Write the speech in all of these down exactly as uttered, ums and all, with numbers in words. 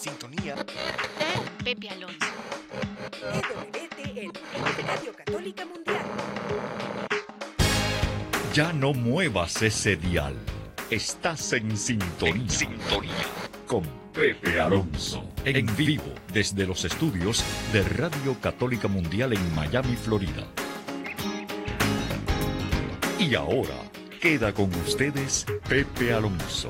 sintonía con Pepe Alonso. E W T N, Radio Católica Mundial. Ya no muevas ese dial. Estás en sintonía. en sintonía Con Pepe Alonso. En vivo desde los estudios de Radio Católica Mundial en Miami, Florida. Y ahora queda con ustedes Pepe Alonso.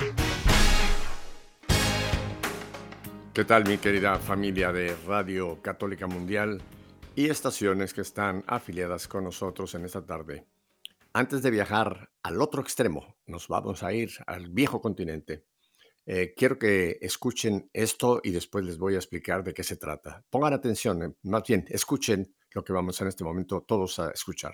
¿Qué tal, mi querida familia de Radio Católica Mundial y estaciones que están afiliadas con nosotros en esta tarde? Antes de viajar al otro extremo, nos vamos a ir al viejo continente. Eh, quiero que escuchen esto y después les voy a explicar de qué se trata. Pongan atención, eh, más bien, escuchen lo que vamos en este momento todos a escuchar.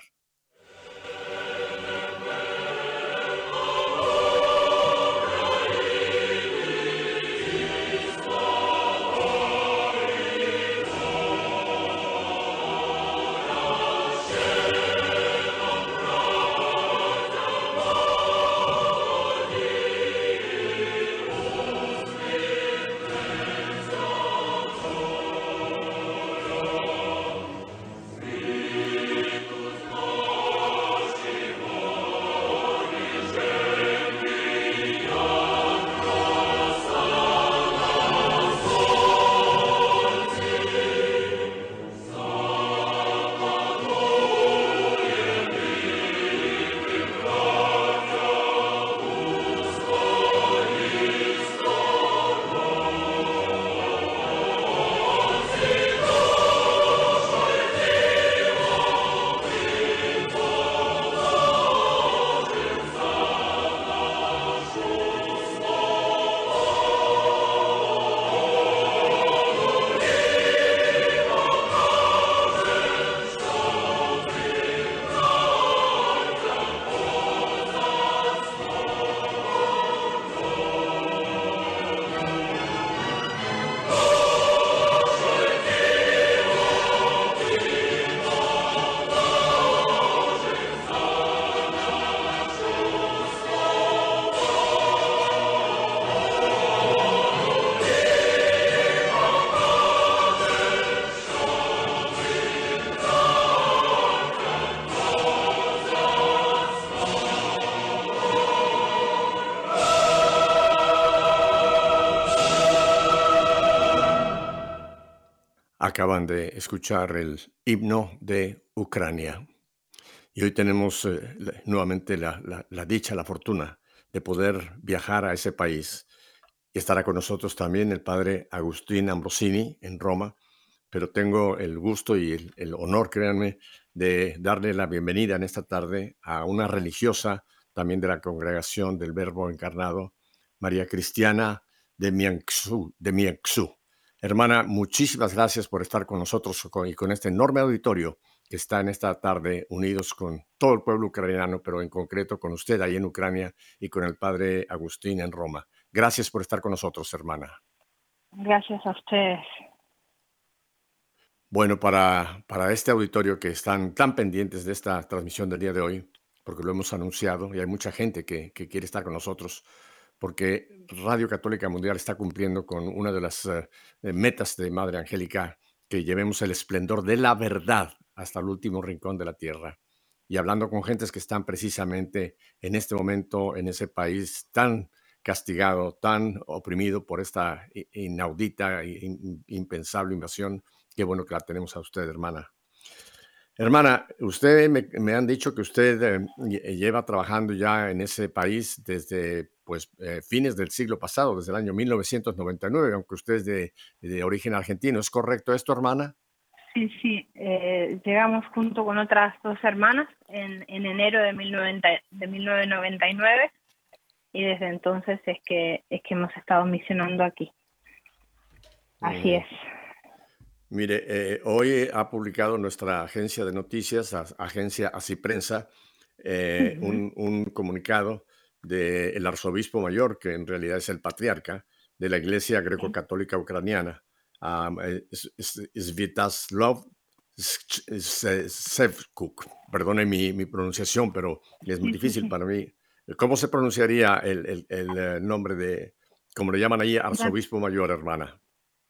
Acaban de escuchar el himno de Ucrania. Y hoy tenemos eh, la- nuevamente la, la- la dicha, la fortuna de poder viajar a ese país. Y estará con nosotros también el padre Agustín Ambrosini en Roma. Pero tengo el gusto y el, el honor, créanme, de darle la bienvenida en esta tarde a una religiosa también de la Congregación del Verbo Encarnado, María Cristiana de Mianxú, de Mianxú. Hermana, muchísimas gracias por estar con nosotros con- y con este enorme auditorio que está en esta tarde unidos con todo el pueblo ucraniano, pero en concreto con usted ahí en Ucrania y con el padre Agustín en Roma. Gracias por estar con nosotros, hermana. Gracias a ustedes. Bueno, para, para este auditorio que están tan pendientes de esta transmisión del día de hoy, porque lo hemos anunciado y hay mucha gente que, que quiere estar con nosotros, porque Radio Católica Mundial está cumpliendo con una de las eh, eh, metas de Madre Angélica, que llevemos el esplendor de la verdad hasta el último rincón de la tierra. Y hablando con gentes que están precisamente en este momento en ese país tan castigado, tan oprimido por esta i- inaudita e in- impensable invasión. Qué bueno que la tenemos a usted, hermana. Hermana, usted me, me han dicho que usted eh, lle- lleva trabajando ya en ese país desde pues, eh, fines del siglo pasado, desde el año mil novecientos noventa y nueve, aunque usted es de, de origen argentino. ¿Es correcto esto, hermana? Sí, sí, eh, llegamos junto con otras dos hermanas en, en enero de, mil noventa de mil novecientos noventa y nueve y desde entonces es que, es que hemos estado misionando aquí. Así Mm. es. Mire, eh, hoy ha publicado nuestra agencia de noticias, a- agencia Así Prensa, eh, Ujú. un, un comunicado del arzobispo mayor, que en realidad es el patriarca de la Iglesia Greco-Católica Ucraniana, um, eh, S- S- Sviatoslav Sch- Se- Sevkuk. Perdone mi, mi pronunciación, pero es muy Sí, sí, difícil sí. para mí. ¿Cómo se pronunciaría el, el- el, eh, nombre de, como le llaman ahí, Mira, arzobispo mayor, hermana?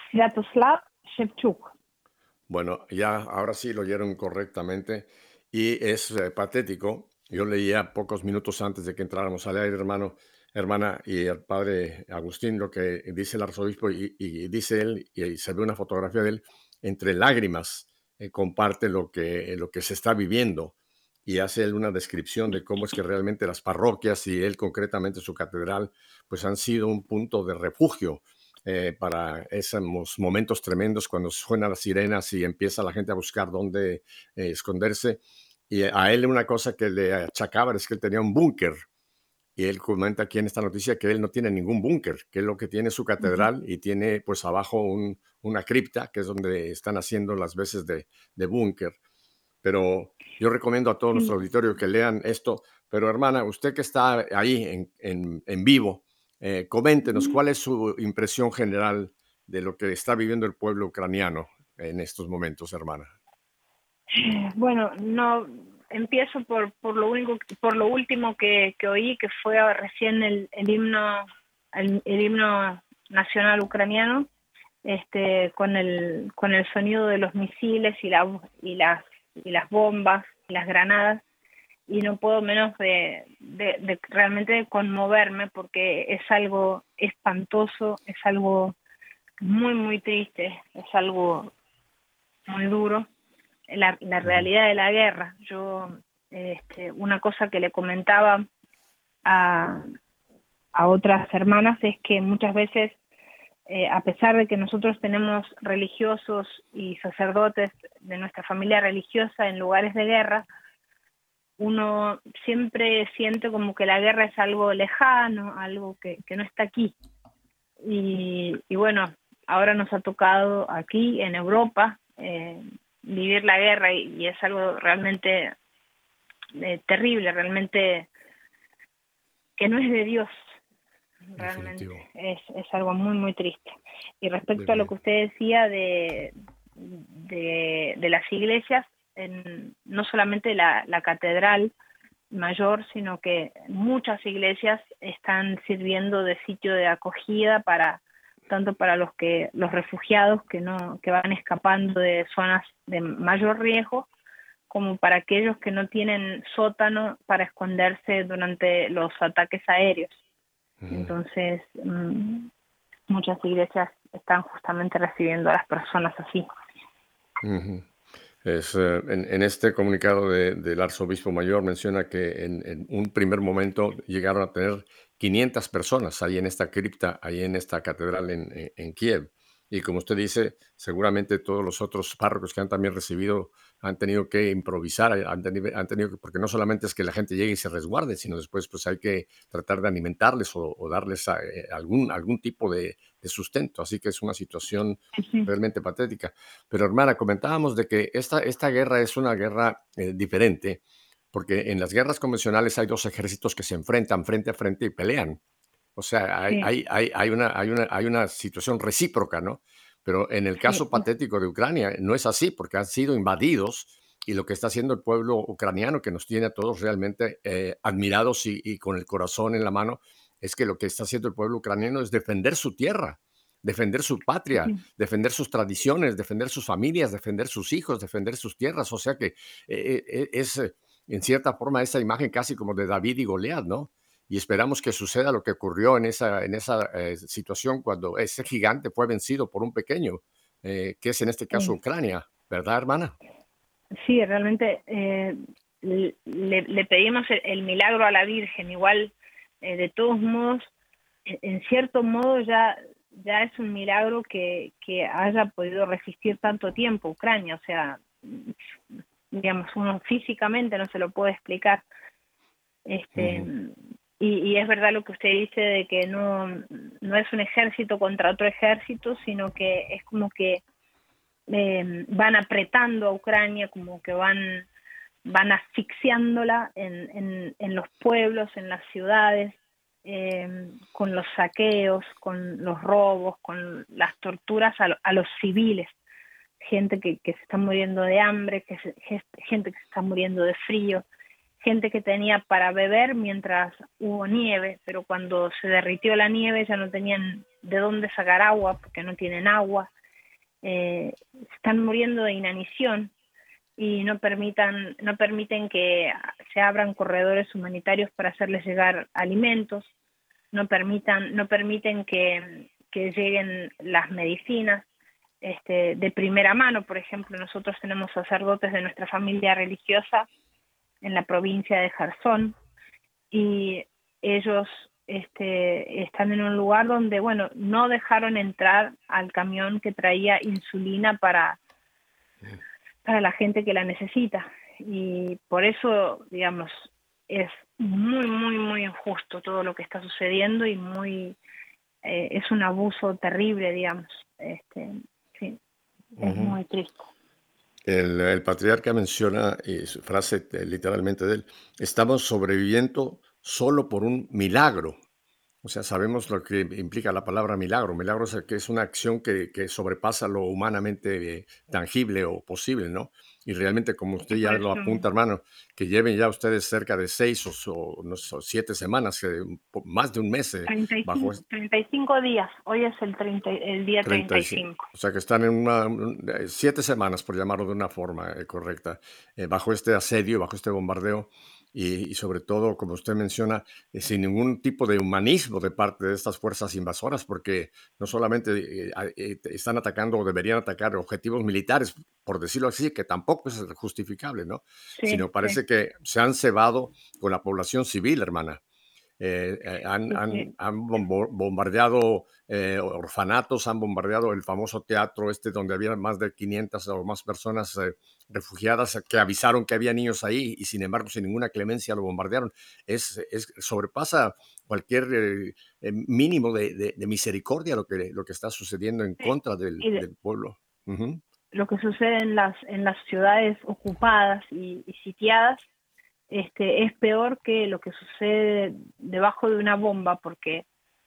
Sviatoslav Shevchuk. Bueno, ya ahora sí lo oyeron correctamente y es eh, patético. Yo leía pocos minutos antes de que entráramos al aire, hermano, hermana, y el padre Agustín, lo que dice el arzobispo, y, y dice él, y, y se ve una fotografía de él, entre lágrimas, eh, comparte lo que, lo que se está viviendo y hace él una descripción de cómo es que realmente las parroquias y él concretamente su catedral, pues han sido un punto de refugio eh, para esos momentos tremendos cuando suenan las sirenas y empieza la gente a buscar dónde eh, esconderse. Y a él una cosa que le achacaba es que él tenía un búnker. Y él comenta aquí en esta noticia que él no tiene ningún búnker, que él lo que tiene es su catedral y tiene pues abajo un, una cripta, que es donde están haciendo las veces de, de búnker. Pero yo recomiendo a todo nuestro auditorio que lean esto. Pero hermana, usted que está ahí en, en, en vivo, eh, coméntenos cuál es su impresión general de lo que está viviendo el pueblo ucraniano en estos momentos, hermana. Bueno, no empiezo por por lo único por lo último que, que oí, que fue recién el, el himno el, el himno nacional ucraniano, este con el con el sonido de los misiles y la y las y las bombas y las granadas, y no puedo menos de, de, de realmente conmoverme, porque es algo espantoso, es algo muy muy triste, es algo muy duro. La, la realidad de la guerra. Yo, este, una cosa que le comentaba a, a otras hermanas es que muchas veces, eh, a pesar de que nosotros tenemos religiosos y sacerdotes de nuestra familia religiosa en lugares de guerra, uno siempre siente como que la guerra es algo lejano, algo que, que no está aquí. Y, y bueno, ahora nos ha tocado aquí en Europa, eh, vivir la guerra, y, y es algo realmente eh, terrible, realmente que no es de Dios, realmente es, es algo muy muy triste. Y respecto a lo que usted decía de de, de las iglesias, en, no solamente la, la catedral mayor, sino que muchas iglesias están sirviendo de sitio de acogida para tanto para los que los refugiados que no que van escapando de zonas de mayor riesgo, como para aquellos que no tienen sótano para esconderse durante los ataques aéreos. Uh-huh. Entonces, mmm, muchas iglesias están justamente recibiendo a las personas así. Uh-huh. Es, uh, en, en este comunicado de, del arzobispo mayor menciona que en, en un primer momento llegaron a tener quinientas personas ahí en esta cripta, ahí en esta catedral en, en, en Kiev. Y como usted dice, seguramente todos los otros párrocos que han también recibido han tenido que improvisar, han tenido, han tenido que, porque no solamente es que la gente llegue y se resguarde, sino después pues hay que tratar de alimentarles o, o darles a, eh, algún, algún tipo de, de sustento. Así que es una situación uh-huh. realmente patética. Pero hermana, comentábamos de que esta, esta guerra es una guerra eh, diferente, porque en las guerras convencionales hay dos ejércitos que se enfrentan frente a frente y pelean. O sea, hay, sí. hay, hay, hay, una, hay, una, hay una situación recíproca, ¿no? Pero en el caso sí. patético de Ucrania no es así, porque han sido invadidos, y lo que está haciendo el pueblo ucraniano, que nos tiene a todos realmente eh, admirados y, y con el corazón en la mano, es que lo que está haciendo el pueblo ucraniano es defender su tierra, defender su patria, sí. defender sus tradiciones, defender sus familias, defender sus hijos, defender sus tierras. O sea que eh, es, en cierta forma, esa imagen casi como de David y Goliat, ¿no? Y esperamos que suceda lo que ocurrió en esa, en esa eh, situación cuando ese gigante fue vencido por un pequeño, eh, que es en este caso sí. Ucrania, ¿verdad, hermana? Sí, realmente eh, le, le pedimos el, el milagro a la Virgen. Igual, eh, de todos modos, en cierto modo ya, ya es un milagro que, que haya podido resistir tanto tiempo Ucrania. O sea, digamos, uno físicamente no se lo puede explicar. Este... Uh-huh. Y, y es verdad lo que usted dice de que no, no es un ejército contra otro ejército, sino que es como que eh, van apretando a Ucrania, como que van, van asfixiándola en, en, en los pueblos, en las ciudades, eh, con los saqueos, con los robos, con las torturas a, a los civiles. Gente que, que se está muriendo de hambre, que se, gente que se está muriendo de frío, gente que tenía para beber mientras hubo nieve, pero cuando se derritió la nieve ya no tenían de dónde sacar agua porque no tienen agua. eh, están muriendo de inanición y no permitan, no permiten que se abran corredores humanitarios para hacerles llegar alimentos, no permitan, no permiten que, que lleguen las medicinas este, de primera mano. Por ejemplo, nosotros tenemos sacerdotes de nuestra familia religiosa en la provincia de Jersón, y ellos este, están en un lugar donde, bueno, no dejaron entrar al camión que traía insulina para, para la gente que la necesita. Y por eso, digamos, es muy, muy, muy injusto todo lo que está sucediendo y muy eh, es un abuso terrible, digamos. Este, sí, es Ujú. muy triste. El, el patriarca menciona, y su frase eh, literalmente de él, estamos sobreviviendo solo por un milagro. O sea, sabemos lo que implica la palabra milagro. Milagro es que es una acción que, que sobrepasa lo humanamente eh, tangible o posible, ¿no? Y realmente, como usted Y ya por lo eso, apunta, hermano, que lleven ya ustedes cerca de seis o, so- no sé, siete semanas, eh, un po- más de un mes eh, bajo treinta y cinco, treinta y cinco días, hoy es el, treinta, el día treinta y cinco. treinta y cinco. O sea que están en una, un- eh, siete semanas, por llamarlo de una forma eh, correcta, eh, bajo este asedio, bajo este bombardeo y, y sobre todo, como usted menciona, eh, sin ningún tipo de humanismo de parte de estas fuerzas invasoras, porque no solamente eh, a- eh, están atacando o deberían atacar objetivos militares, por decirlo así, que tampoco es justificable, ¿no? Sí, Sino sí, parece que se han cebado con la población civil, hermana. Eh, eh, han, sí, sí. han- han bombo- bombardeado eh, orfanatos, han bombardeado el famoso teatro este donde había más de quinientas o más personas eh, refugiadas eh, que avisaron que había niños ahí y sin embargo sin ninguna clemencia lo bombardearon. Es, es sobrepasa cualquier eh, eh, mínimo de, de- de misericordia lo que, lo que está sucediendo en Sí. contra del, Y de- del pueblo. Ujú. lo que sucede en las en las ciudades ocupadas y, y sitiadas este es peor que lo que sucede debajo de una bomba, porque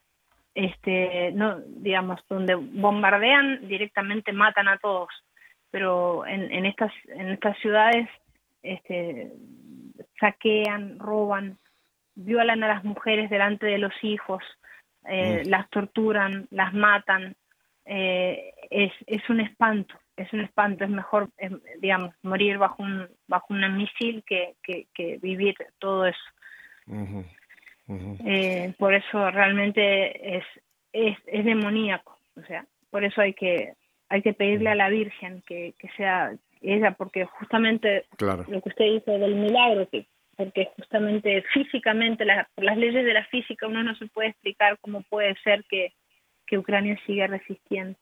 este no digamos donde bombardean directamente matan a todos, pero en, en estas en estas ciudades este saquean, roban, violan a las mujeres delante de los hijos, eh, Mm. las torturan, las matan. Eh, es, es un espanto, es un espanto. Es mejor, eh, digamos, morir bajo un bajo un misil que, que, que vivir todo eso. Ujú, ujú. Eh, por eso realmente es, es es demoníaco. O sea, por eso hay que hay que pedirle a la Virgen que, que sea ella, porque justamente Claro. lo que usted dice del milagro, que porque justamente físicamente, la, por las leyes de la física, uno no se puede explicar cómo puede ser que, que Ucrania siga resistiendo.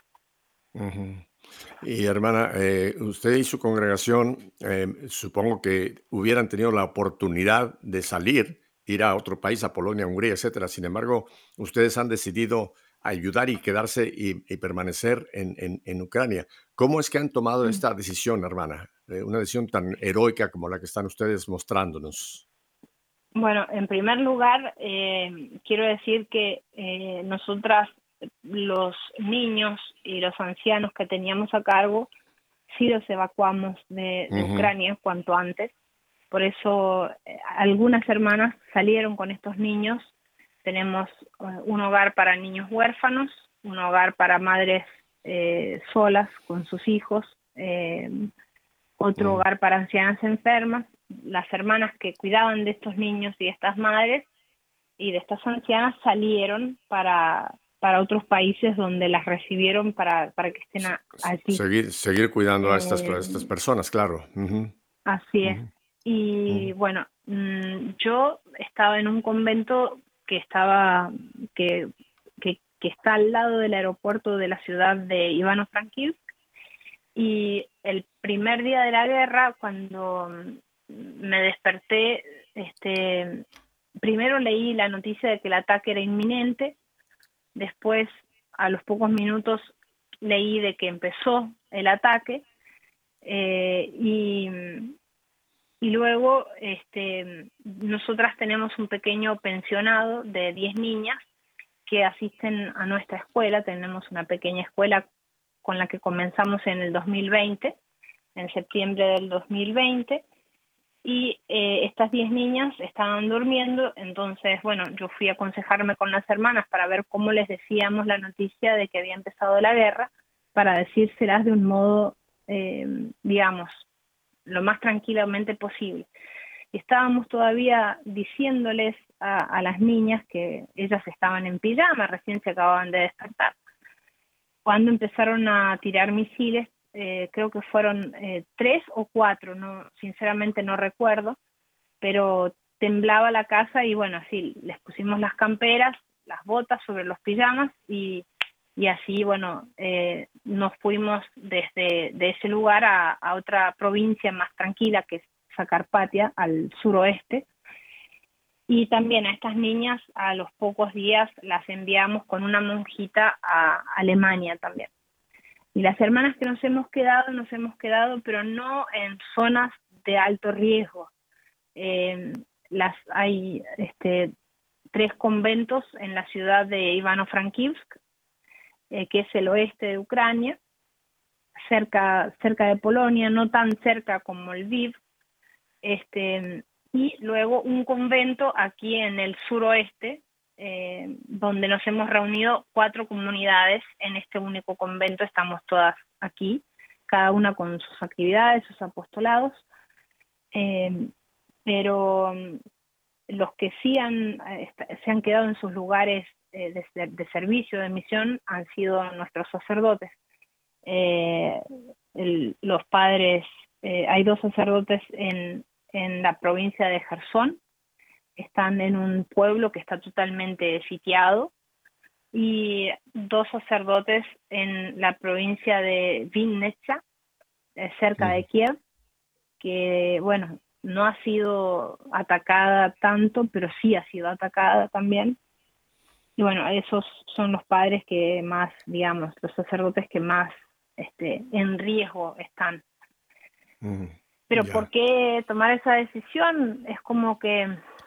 Ujú. Y hermana, eh, usted y su congregación, eh, supongo que hubieran tenido la oportunidad de salir, ir a otro país, a Polonia, Hungría, etcétera. Sin embargo, ustedes han decidido ayudar y quedarse y, y permanecer en, en- en Ucrania. ¿Cómo es que han tomado Mm. esta decisión, hermana? Eh, una decisión tan heroica como la que están ustedes mostrándonos. Bueno, en primer lugar, eh, quiero decir que eh, nosotras, los niños y los ancianos que teníamos a cargo, sí los evacuamos de, de Ujú. Ucrania cuanto antes. Por eso eh, algunas hermanas salieron con estos niños. Tenemos eh, un hogar para niños huérfanos, un hogar para madres eh, solas con sus hijos, eh, otro Mm. hogar para ancianas enfermas. Las hermanas que cuidaban de estos niños y estas madres y de estas ancianas salieron para, para otros países donde las recibieron para, para que estén a- allí. Seguir, seguir cuidando a estas, a Eh, estas personas, claro. Ujú, Así es. ujú, Y ujú. bueno, mm, yo estaba en un convento que estaba que, que, que está al lado del aeropuerto de la ciudad de Ivano-Frankivsk, y el primer día de la guerra, cuando mm, me desperté, este primero leí la noticia de que el ataque era inminente. Después, a los pocos minutos, leí de que empezó el ataque, eh, y Y luego este, nosotras tenemos un pequeño pensionado de diez niñas que asisten a nuestra escuela. Tenemos una pequeña escuela con la que comenzamos en el dos mil veinte, en septiembre del dos mil veinte, y eh, estas diez niñas estaban durmiendo. Entonces, bueno, yo fui a aconsejarme con las hermanas para ver cómo les decíamos la noticia de que había empezado la guerra, para decírselas de un modo, eh, digamos, lo más tranquilamente posible. Y estábamos todavía diciéndoles a, a las niñas que ellas estaban en pijama, recién se acababan de despertar, cuando empezaron a tirar misiles. Eh, creo que fueron eh, tres o cuatro, no, sinceramente no recuerdo, pero temblaba la casa y bueno, así les pusimos las camperas, las botas sobre los pijamas y, y así, bueno, eh, nos fuimos desde de ese lugar a, a otra provincia más tranquila que es Zacarpattia, al suroeste. Y también a estas niñas a los pocos días las enviamos con una monjita a Alemania también. Y las hermanas que nos hemos quedado, nos hemos quedado, pero no en zonas de alto riesgo. Eh, las hay este, tres conventos en la ciudad de Ivano-Frankivsk, eh, que es el oeste de Ucrania, cerca, cerca de Polonia, no tan cerca como Lviv, este, y luego un convento aquí en el suroeste, Eh, donde nos hemos reunido cuatro comunidades en este único convento. Estamos todas aquí, cada una con sus actividades, sus apostolados, eh, pero los que sí han, se han quedado en sus lugares eh, de, de servicio, de misión, han sido nuestros sacerdotes. Eh, el, los padres, eh, hay dos sacerdotes en, en la provincia de Jersón, están en un pueblo que está totalmente sitiado, y dos sacerdotes en la provincia de Vinnytsia, eh, cerca de Kiev, que, bueno, no ha sido atacada tanto, pero sí ha sido atacada también. Y bueno, esos son los padres que más, digamos, los sacerdotes que más este, en riesgo están. Mm, pero yeah. ¿Por qué tomar esa decisión? Es como que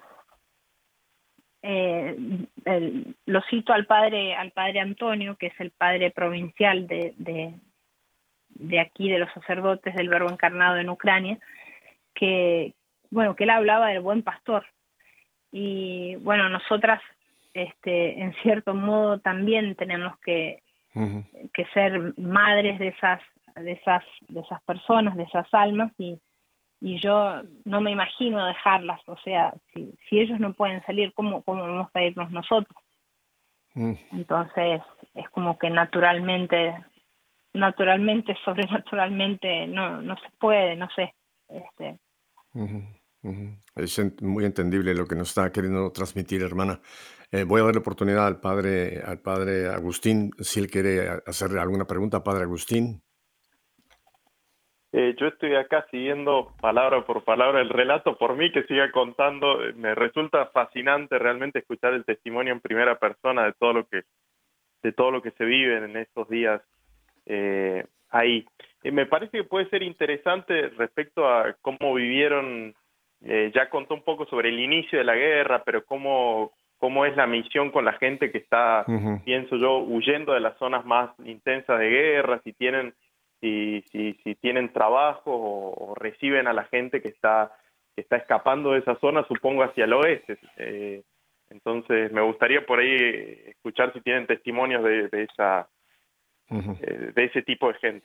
Eh, el, lo cito al padre al padre Antonio, que es el padre provincial de, de, de aquí, de los sacerdotes del Verbo Encarnado en Ucrania, que, bueno, que él hablaba del buen pastor. Y, bueno, nosotras, este, en cierto modo, también tenemos que, uh-huh. que ser madres de esas, de esas, de esas personas, de esas almas, y Y yo no me imagino dejarlas, o sea, si, si ellos no pueden salir, ¿cómo, cómo vamos a irnos nosotros? Mm. Entonces, es como que naturalmente, naturalmente, sobrenaturalmente, no, no se puede, no sé. Este. Uh-huh, uh-huh. Es muy entendible lo que nos está queriendo transmitir, hermana. Eh, voy a darle oportunidad al padre, al padre Agustín, si él quiere hacerle alguna pregunta. Padre Agustín. Eh, yo estoy acá siguiendo palabra por palabra el relato, por mí que siga contando. Me resulta fascinante realmente escuchar el testimonio en primera persona de todo lo que de todo lo que se vive en estos días eh, ahí. Eh, me parece que puede ser interesante respecto a cómo vivieron. Eh, ya contó un poco sobre el inicio de la guerra, pero cómo cómo es la misión con la gente que está, uh-huh. pienso yo, huyendo de las zonas más intensas de guerra, si tienen Si, si, si tienen trabajo o, o reciben a la gente que está que está escapando de esa zona, supongo hacia el oeste. Eh, entonces me gustaría por ahí escuchar si tienen testimonios de, de esa uh-huh. eh, de ese tipo de gente.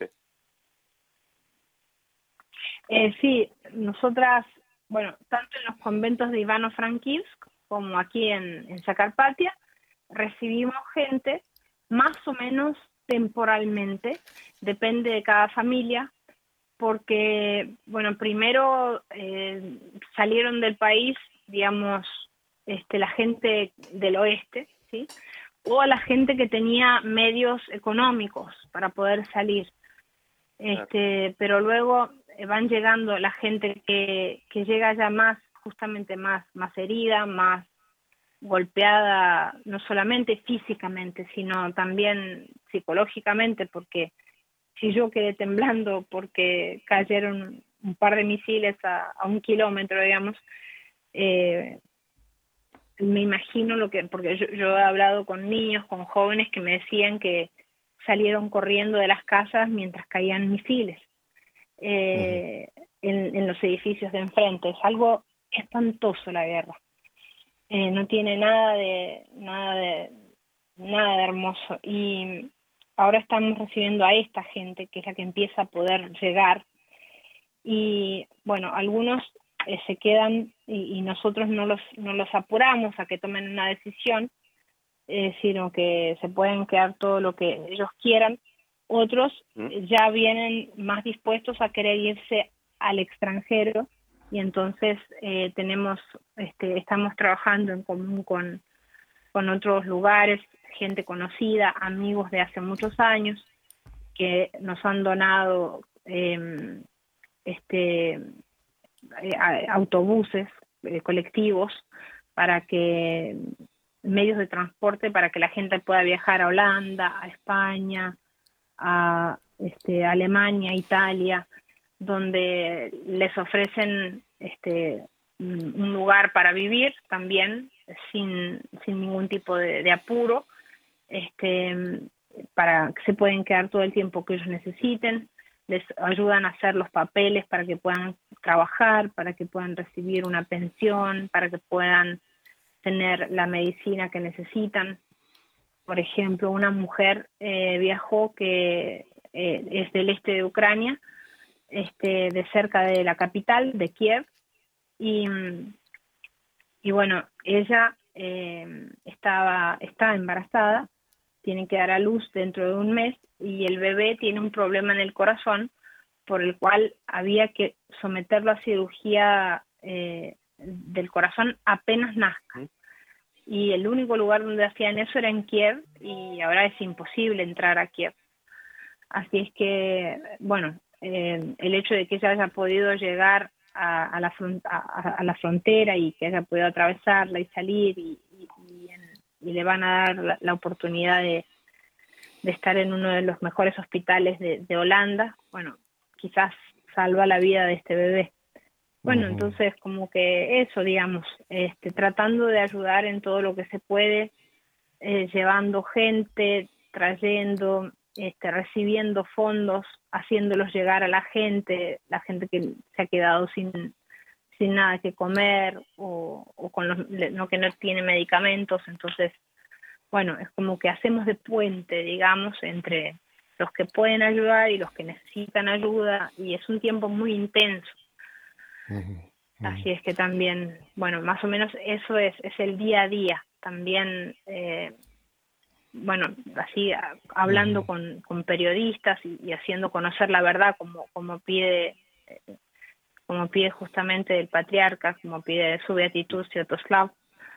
Eh, sí, nosotras, bueno, tanto en los conventos de Ivano-Frankivsk como aquí en, en Zacarpattia, recibimos gente más o menos temporalmente, depende de cada familia, porque, bueno, primero eh, salieron del país, digamos, este, la gente del oeste, ¿sí? O la gente que tenía medios económicos para poder salir. Este, pero luego van llegando la gente que, que llega ya más, justamente más, más herida, más golpeada, no solamente físicamente, sino también psicológicamente, porque si yo quedé temblando porque cayeron un par de misiles a, a un kilómetro, digamos, eh, me imagino lo que, porque yo, yo he hablado con niños, con jóvenes que me decían que salieron corriendo de las casas mientras caían misiles eh, uh-huh. en, en los edificios de enfrente. Es algo espantoso la guerra. Eh, no tiene nada de nada de nada de hermoso, y ahora estamos recibiendo a esta gente, que es la que empieza a poder llegar. Y bueno, algunos eh, se quedan y, y nosotros no los, no los apuramos a que tomen una decisión, eh, sino que se pueden quedar todo lo que ellos quieran. Otros eh, ya vienen más dispuestos a querer irse al extranjero, y entonces eh, tenemos, este, estamos trabajando en común con, con otros lugares, gente conocida, amigos de hace muchos años, que nos han donado eh, este, eh, autobuses eh, colectivos para que, medios de transporte para que la gente pueda viajar a Holanda, a España, a este, Alemania, Italia, donde les ofrecen este, un lugar para vivir también sin, sin ningún tipo de, de apuro, este, para que se pueden quedar todo el tiempo que ellos necesiten, les ayudan a hacer los papeles para que puedan trabajar, para que puedan recibir una pensión, para que puedan tener la medicina que necesitan. Por ejemplo, una mujer eh, viajó que eh, es del este de Ucrania, este, de cerca de la capital, de Kiev, y, y bueno, ella eh, estaba, estaba embarazada, tiene que dar a luz dentro de un mes, y el bebé tiene un problema en el corazón, por el cual había que someterlo a cirugía eh, del corazón apenas nazca. Y el único lugar donde hacían eso era en Kiev, y ahora es imposible entrar a Kiev. Así es que, bueno, eh, el hecho de que ella haya podido llegar a, a, la, front, a, a la frontera y que haya podido atravesarla y salir, y, y, y, en, y le van a dar la, la oportunidad de, de estar en uno de los mejores hospitales de, de Holanda, bueno, quizás salva la vida de este bebé. Bueno, uh-huh. Entonces como que eso, digamos, este, tratando de ayudar en todo lo que se puede, eh, llevando gente, trayendo, este, recibiendo fondos, haciéndolos llegar a la gente, la gente que se ha quedado sin, sin nada que comer o, o con los, no, que no tiene medicamentos. Entonces, bueno, es como que hacemos de puente, digamos, entre los que pueden ayudar y los que necesitan ayuda, y es un tiempo muy intenso. Uh-huh, uh-huh. Así es que también, bueno, más o menos eso es, es el día a día. También, eh, bueno, así a, hablando uh-huh. con, con periodistas y, y haciendo conocer la verdad, como, como pide eh, como pide justamente el patriarca, como pide su beatitud Sviatoslav,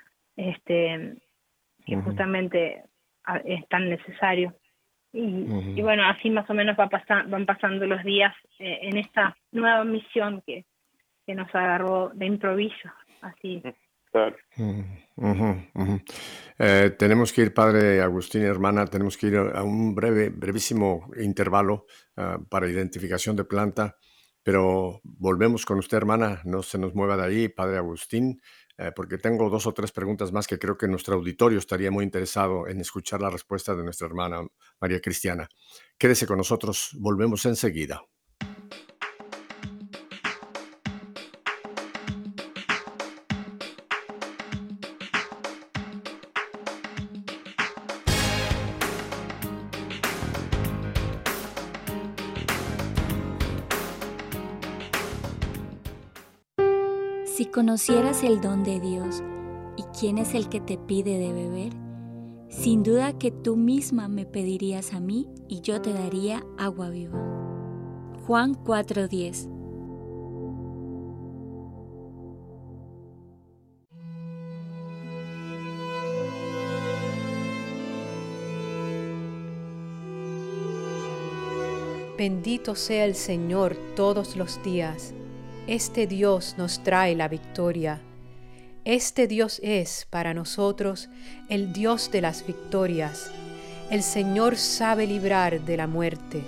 este, que uh-huh. justamente es tan necesario. Y, uh-huh. y bueno, así más o menos va pasar, van pasando los días eh, en esta nueva misión que que nos agarró de improviso, así. Claro. Uh-huh, uh-huh. Eh, tenemos que ir, padre Agustín y hermana, tenemos que ir a un breve, brevísimo intervalo uh, para identificación de planta, pero volvemos con usted, hermana, no se nos mueva de ahí, padre Agustín, eh, porque tengo dos o tres preguntas más que creo que nuestro auditorio estaría muy interesado en escuchar la respuesta de nuestra hermana María Cristiana. Quédese con nosotros, volvemos enseguida. Si conocieras el don de Dios y quién es el que te pide de beber, sin duda que tú misma me pedirías a mí y yo te daría agua viva. Juan cuatro diez. Bendito sea el Señor todos los días. Este Dios nos trae la victoria. Este Dios es para nosotros el Dios de las victorias. El Señor sabe librar de la muerte.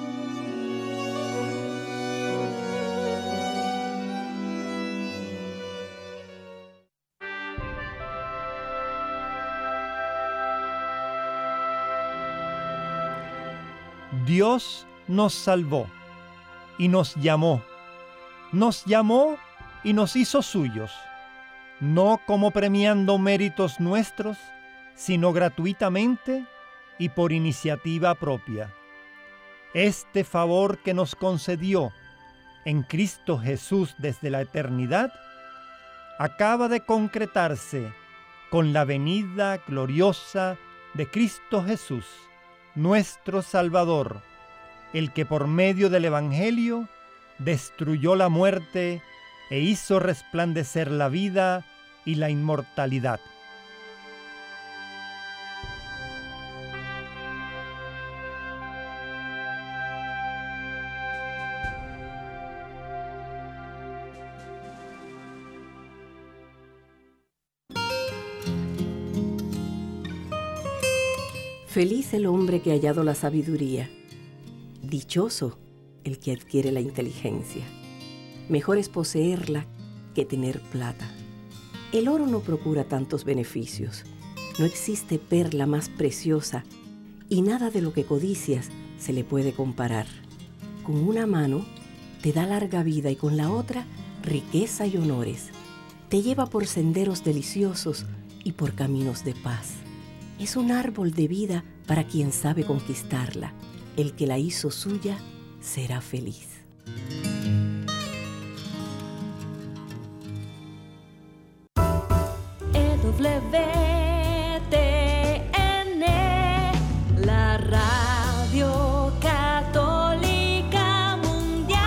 Dios nos salvó y nos llamó. Nos llamó y nos hizo suyos, no como premiando méritos nuestros, sino gratuitamente y por iniciativa propia. Este favor que nos concedió en Cristo Jesús desde la eternidad acaba de concretarse con la venida gloriosa de Cristo Jesús, nuestro Salvador, el que por medio del Evangelio destruyó la muerte e hizo resplandecer la vida y la inmortalidad. Feliz el hombre que ha hallado la sabiduría. Dichoso el que adquiere la inteligencia. Mejor es poseerla que tener plata. El oro no procura tantos beneficios. No existe perla más preciosa y nada de lo que codicias se le puede comparar. Con una mano te da larga vida y con la otra riqueza y honores. Te lleva por senderos deliciosos y por caminos de paz. Es un árbol de vida para quien sabe conquistarla. El que la hizo suya será feliz. E W T N, la Radio Católica Mundial.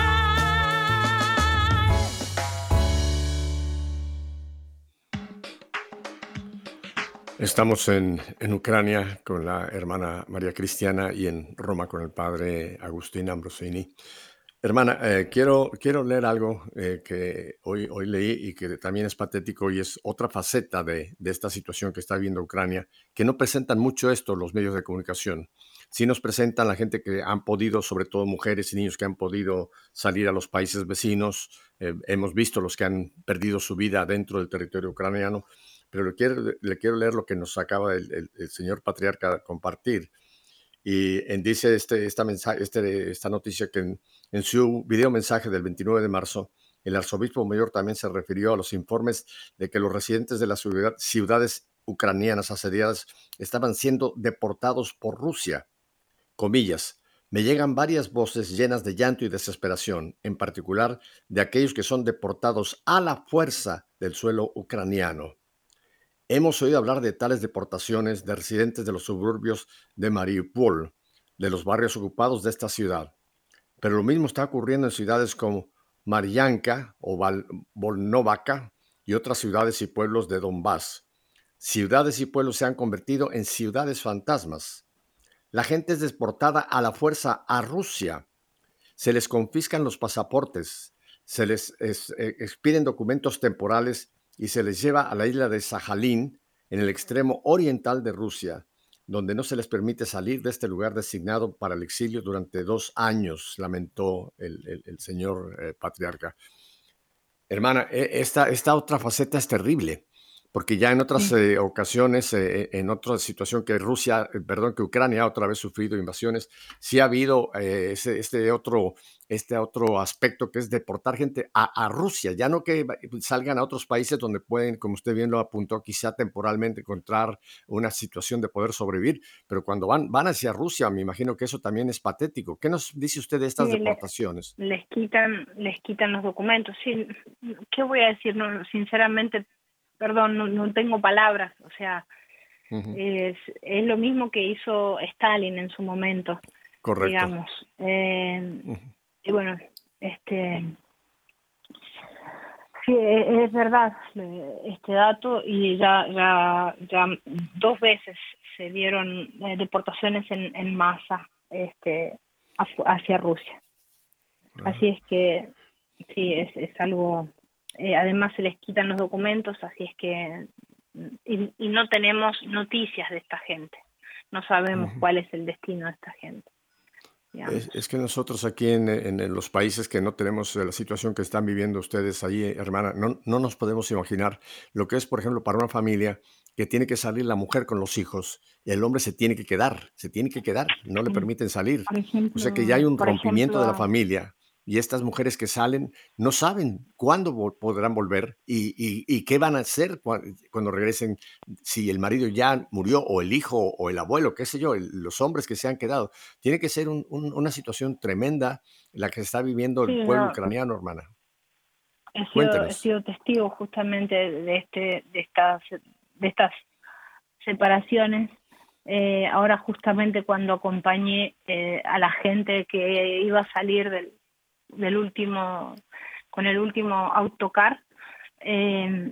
Estamos en, en Ucrania con la hermana María Cristiana y en Roma con el padre Agustín Ambrosini. Hermana, eh, quiero, quiero leer algo eh, que hoy, hoy leí y que también es patético y es otra faceta de, de esta situación que está viviendo Ucrania, que no presentan mucho esto los medios de comunicación. Sí nos presentan la gente que han podido, sobre todo mujeres y niños que han podido salir a los países vecinos. Eh, hemos visto los que han perdido su vida dentro del territorio ucraniano, pero le quiero, le quiero leer lo que nos acaba el, el, el señor patriarca de compartir. Y en, dice este, esta, mensaje, este, esta noticia que en, en su video mensaje del veintinueve de marzo, el arzobispo mayor también se refirió a los informes de que los residentes de las ciudad, ciudades ucranianas asediadas estaban siendo deportados por Rusia. Comillas, me llegan varias voces llenas de llanto y desesperación, en particular de aquellos que son deportados a la fuerza del suelo ucraniano. Hemos oído hablar de tales deportaciones de residentes de los suburbios de Mariupol, de los barrios ocupados de esta ciudad. Pero lo mismo está ocurriendo en ciudades como Marianka o Volnovaka y otras ciudades y pueblos de Donbass. Ciudades y pueblos se han convertido en ciudades fantasmas. La gente es deportada a la fuerza a Rusia. Se les confiscan los pasaportes, se les es, eh, expiden documentos temporales y se les lleva a la isla de Sajalín, en el extremo oriental de Rusia, donde no se les permite salir de este lugar designado para el exilio durante dos años, lamentó el, el, el señor eh, patriarca. Hermana, esta, esta otra faceta es terrible, porque ya en otras eh, ocasiones, eh, en otra situación que Rusia, eh, perdón, que Ucrania ha otra vez sufrido invasiones, sí ha habido eh, ese, este, otro, este otro aspecto que es deportar gente a, a Rusia, ya no que salgan a otros países donde pueden, como usted bien lo apuntó, quizá temporalmente encontrar una situación de poder sobrevivir, pero cuando van, van hacia Rusia, me imagino que eso también es patético. ¿Qué nos dice usted de estas sí, deportaciones? Les, les, quitan, les quitan los documentos. Sí, ¿qué voy a decir? No, sinceramente, Perdón, no, no tengo palabras, o sea, uh-huh. es, es lo mismo que hizo Stalin en su momento, correcto, digamos. Eh, uh-huh. Y bueno, este, sí, es, es verdad este dato y ya, ya, ya dos veces se dieron eh, deportaciones en, en masa este, hacia Rusia. Uh-huh. Así es que sí, es, es algo... Eh, además se les quitan los documentos, así es que y, y no tenemos noticias de esta gente, no sabemos uh-huh. cuál es el destino de esta gente. Es, es que nosotros aquí en, en, en los países que no tenemos la situación que están viviendo ustedes allí, hermana, no, no nos podemos imaginar lo que es, por ejemplo, para una familia que tiene que salir la mujer con los hijos y el hombre se tiene que quedar, se tiene que quedar, no le permiten salir. Por ejemplo, o sea que ya hay un rompimiento ejemplo, de la familia. y estas mujeres que salen no saben cuándo vo- podrán volver y, y- y qué van a hacer cua- cuando regresen, si el marido ya murió o el hijo o el abuelo, qué sé yo, el- los hombres que se han quedado. Tiene que ser un- un- una situación tremenda la que está viviendo el Sí, pueblo no, ucraniano, hermana. he sido, he Cuéntenos. sido testigo justamente de este, de estas, de estas separaciones. Eh, ahora justamente cuando acompañé eh, a la gente que iba a salir del, del último, con el último autocar, eh,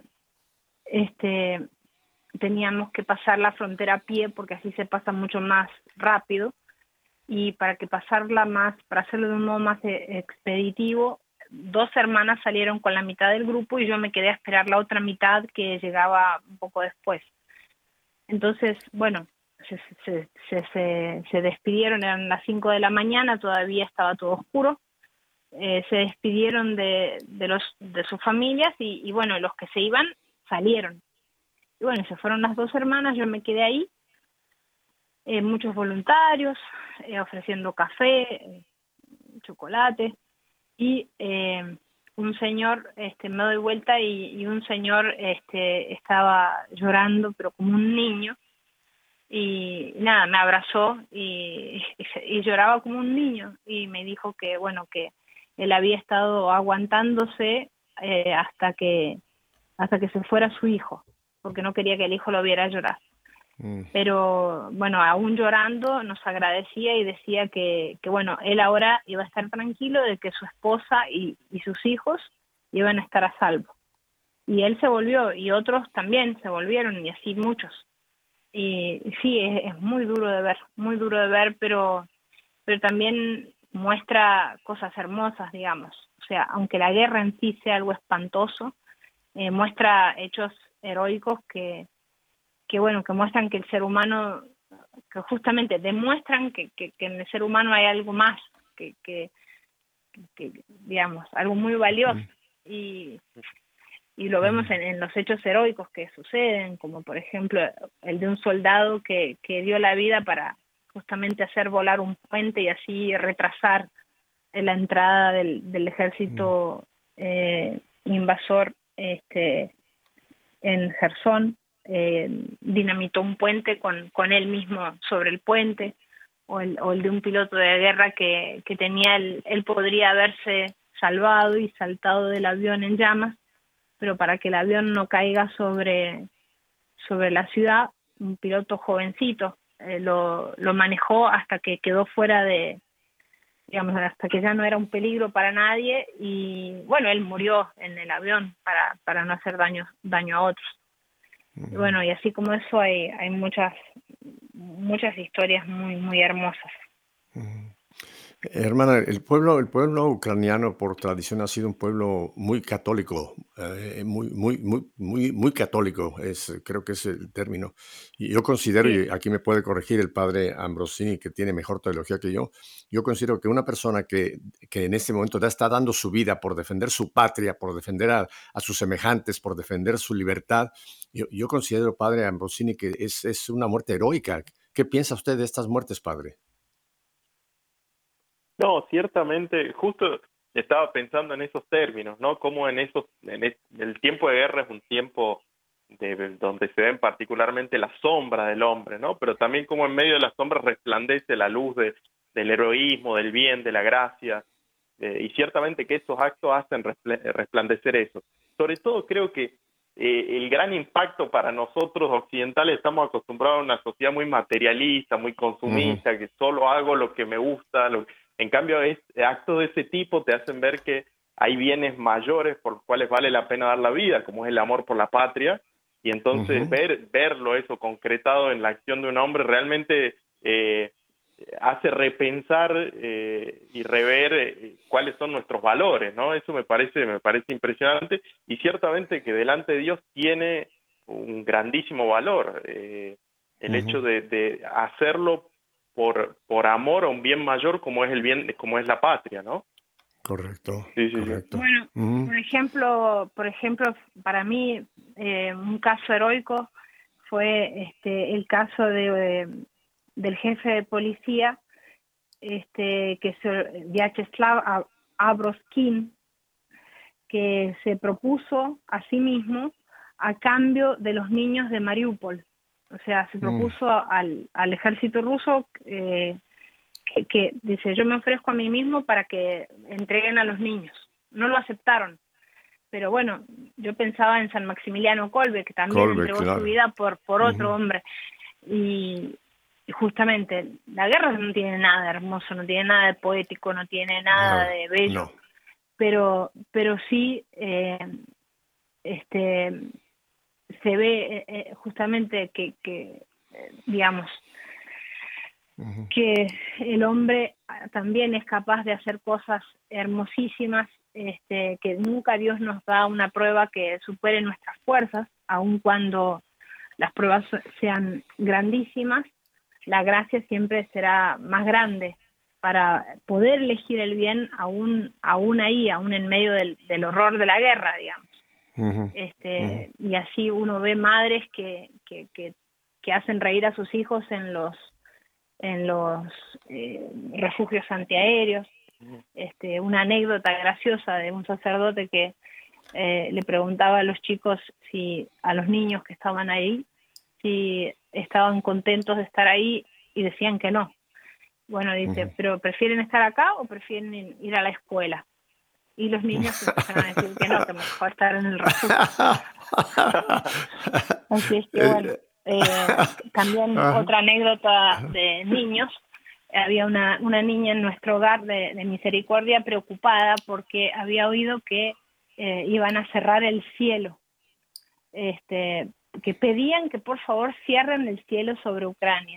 este, teníamos que pasar la frontera a pie porque así se pasa mucho más rápido, y para que pasarla más, para hacerlo de un modo más eh, expeditivo, dos hermanas salieron con la mitad del grupo y yo me quedé a esperar la otra mitad que llegaba un poco después. Entonces, bueno, se, se, se, se, se despidieron, eran las cinco de la mañana, todavía estaba todo oscuro. Eh, se despidieron de, de, los, de sus familias y, y bueno, los que se iban salieron. Y bueno, se fueron las dos hermanas, yo me quedé ahí, eh, muchos voluntarios, eh, ofreciendo café, eh, chocolate, y eh, un señor, este, me doy vuelta y, y un señor este, estaba llorando, pero como un niño, y nada, me abrazó y, y, y lloraba como un niño, y me dijo que, bueno, que él había estado aguantándose eh, hasta que hasta que se fuera su hijo, porque no quería que el hijo lo viera llorar. Mm. Pero bueno, aún llorando nos agradecía y decía que, que bueno, él ahora iba a estar tranquilo de que su esposa y, y sus hijos iban a estar a salvo. Y él se volvió, y otros también se volvieron, y así muchos. Y, y sí, es, es muy duro de ver, muy duro de ver, pero, pero también muestra cosas hermosas, digamos. O sea, aunque la guerra en sí sea algo espantoso, eh, muestra hechos heroicos que que bueno, que muestran que el ser humano, que justamente demuestran que, que, que en el ser humano hay algo más, que, que, que digamos, algo muy valioso, y, y lo vemos en, en los hechos heroicos que suceden, como por ejemplo el de un soldado que, que dio la vida para justamente hacer volar un puente y así retrasar la entrada del, del ejército eh, invasor este, en Jersón. Eh, dinamitó un puente con, con él mismo sobre el puente, o el, o el de un piloto de guerra que, que tenía, el, él podría haberse salvado y saltado del avión en llamas, pero para que el avión no caiga sobre, sobre la ciudad, un piloto jovencito eh, lo, lo manejó hasta que quedó fuera de, digamos, hasta que ya no era un peligro para nadie, y bueno, él murió en el avión para, para no hacer daño, daño a otros. Y bueno, y así como eso hay hay muchas muchas historias muy muy hermosas. Hermana, el pueblo, el pueblo ucraniano por tradición ha sido un pueblo muy católico, eh, muy, muy, muy, muy, muy católico, es, creo que es el término. Y yo considero, Sí. y aquí me puede corregir el padre Ambrosini, que tiene mejor teología que yo, yo considero que una persona que, que en este momento ya está dando su vida por defender su patria, por defender a, a sus semejantes, por defender su libertad, yo, yo considero, padre Ambrosini, que es, es una muerte heroica. ¿Qué piensa usted de estas muertes, padre? No, ciertamente, justo estaba pensando en esos términos, ¿no? Como en esos, en el, el tiempo de guerra es un tiempo de, donde se ven particularmente la sombra del hombre, ¿no? Pero también como en medio de la sombra resplandece la luz de, del heroísmo, del bien, de la gracia, eh, y ciertamente que esos actos hacen resplandecer eso. Sobre todo creo que eh, el gran impacto para nosotros occidentales, estamos acostumbrados a una sociedad muy materialista, muy consumista, uh-huh. que solo hago lo que me gusta, lo que... En cambio, es, actos de ese tipo te hacen ver que hay bienes mayores por los cuales vale la pena dar la vida, como es el amor por la patria, y entonces uh-huh. ver verlo eso concretado en la acción de un hombre realmente eh, hace repensar eh, y rever eh, cuáles son nuestros valores, ¿no? Eso me parece me parece impresionante, y ciertamente que delante de Dios tiene un grandísimo valor eh, el uh-huh. hecho de, de hacerlo por por amor a un bien mayor como es el bien como es la patria, ¿no? Correcto. Sí, sí, correcto. Sí. Bueno, uh-huh. por ejemplo, por ejemplo, para mí eh, un caso heroico fue este el caso de, de del jefe de policía, este que es Vyacheslav Abroskin, que se propuso a sí mismo a cambio de los niños de Mariupol. O sea, se propuso mm. al, al ejército ruso eh, que, que dice, yo me ofrezco a mí mismo para que entreguen a los niños. No lo aceptaron. Pero bueno, yo pensaba en San Maximiliano Kolbe, que también Kolbe, entregó claro. su vida por, por otro Uh-huh. hombre. Y justamente, la guerra no tiene nada de hermoso, no tiene nada de poético, no tiene nada No, de bello. no. Pero, pero sí, eh, este, se ve eh, justamente que, que eh, digamos, Uh-huh. que el hombre también es capaz de hacer cosas hermosísimas, este, que nunca Dios nos da una prueba que supere nuestras fuerzas, aun cuando las pruebas sean grandísimas, la gracia siempre será más grande para poder elegir el bien aún, aún ahí, aún en medio del, del horror de la guerra, digamos. Uh-huh. Este, uh-huh. Y así uno ve madres que, que, que, que hacen reír a sus hijos en los en los eh, refugios antiaéreos. Este, una anécdota graciosa de un sacerdote que eh, le preguntaba a los chicos, si a los niños que estaban ahí, si estaban contentos de estar ahí, y decían que no. Bueno, dice, Uh-huh. ¿pero prefieren estar acá o prefieren ir a la escuela? Y los niños empezaron a decir que no, que mejor estar en el refugio. Así es que bueno. Eh, también Ajá. otra anécdota de niños, había una, una niña en nuestro hogar de, de misericordia preocupada porque había oído que eh, iban a cerrar el cielo, este, que pedían que por favor cierren el cielo sobre Ucrania,